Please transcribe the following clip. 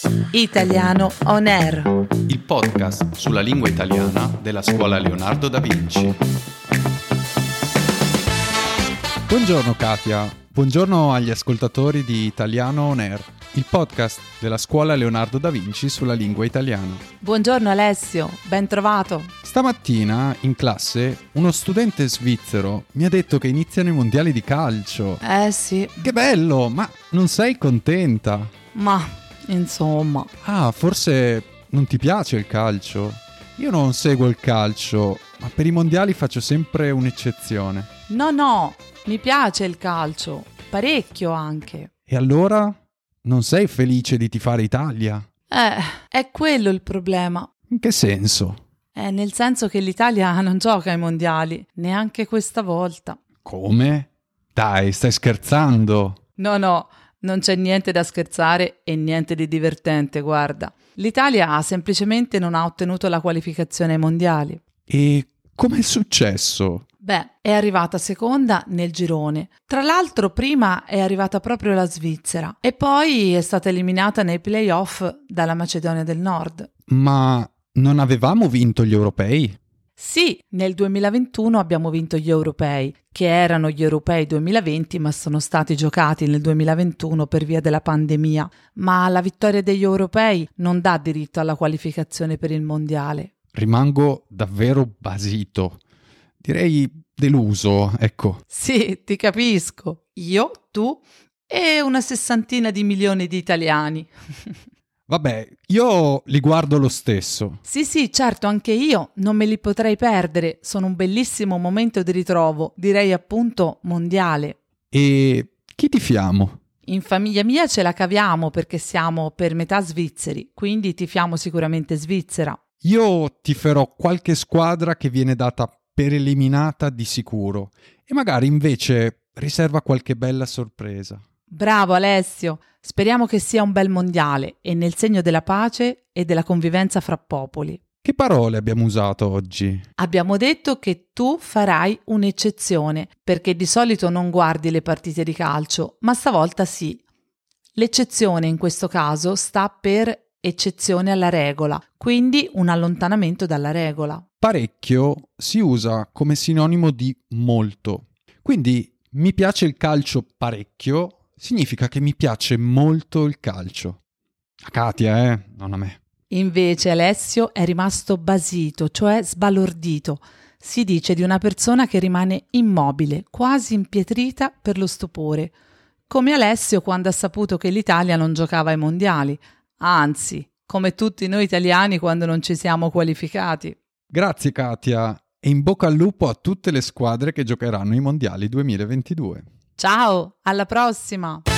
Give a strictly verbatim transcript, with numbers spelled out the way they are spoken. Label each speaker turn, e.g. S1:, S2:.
S1: Italiano On Air,
S2: il podcast sulla lingua italiana della Scuola Leonardo da Vinci.
S3: Buongiorno Katia, buongiorno agli ascoltatori di Italiano On Air, il podcast della Scuola Leonardo da Vinci sulla lingua italiana.
S1: Buongiorno Alessio, ben trovato.
S3: Stamattina in classe uno studente svizzero mi ha detto che iniziano i mondiali di calcio.
S1: Eh sì.
S3: Che bello, ma non sei contenta?
S1: Ma, insomma.
S3: Ah, forse non ti piace il calcio? Io non seguo il calcio, ma per i mondiali faccio sempre un'eccezione.
S1: No, no, mi piace il calcio, parecchio anche.
S3: E allora non sei felice di tifare Italia?
S1: Eh, è quello il problema.
S3: In che senso?
S1: Eh, nel senso che l'Italia non gioca ai mondiali, neanche questa volta.
S3: Come? Dai, stai scherzando?
S1: No, no, non c'è niente da scherzare e niente di divertente, guarda. L'Italia semplicemente non ha ottenuto la qualificazione ai mondiali.
S3: E com'è successo?
S1: Beh, è arrivata seconda nel girone. Tra l'altro prima è arrivata proprio la Svizzera e poi è stata eliminata nei play-off dalla Macedonia del Nord.
S3: Ma non avevamo vinto gli europei?
S1: Sì, nel duemilaventuno abbiamo vinto gli europei, che erano gli europei duemilaventi ma sono stati giocati nel duemilaventuno per via della pandemia. Ma la vittoria degli europei non dà diritto alla qualificazione per il mondiale.
S3: Rimango davvero basito. Direi deluso, ecco.
S1: Sì, ti capisco. Io, tu e una sessantina di milioni di italiani.
S3: Vabbè, io li guardo lo stesso.
S1: Sì, sì, certo, anche io non me li potrei perdere. Sono un bellissimo momento di ritrovo, direi appunto mondiale.
S3: E chi tifiamo?
S1: In famiglia mia ce la caviamo perché siamo per metà svizzeri, quindi tifiamo sicuramente Svizzera.
S3: Io tiferò qualche squadra che viene data per eliminata di sicuro e magari invece riserva qualche bella sorpresa.
S1: Bravo Alessio, speriamo che sia un bel mondiale e nel segno della pace e della convivenza fra popoli.
S3: Che parole abbiamo usato oggi?
S1: Abbiamo detto che tu farai un'eccezione perché di solito non guardi le partite di calcio, ma stavolta sì. L'eccezione in questo caso sta per eccezione alla regola, quindi un allontanamento dalla regola.
S3: Parecchio si usa come sinonimo di molto. Quindi mi piace il calcio parecchio significa che mi piace molto il calcio. A Katia, eh, non a me.
S1: Invece Alessio è rimasto basito, cioè sbalordito. Si dice di una persona che rimane immobile, quasi impietrita per lo stupore. Come Alessio quando ha saputo che l'Italia non giocava ai mondiali. Anzi, come tutti noi italiani quando non ci siamo qualificati.
S3: Grazie Katia e in bocca al lupo a tutte le squadre che giocheranno i mondiali duemilaventidue.
S1: Ciao, alla prossima!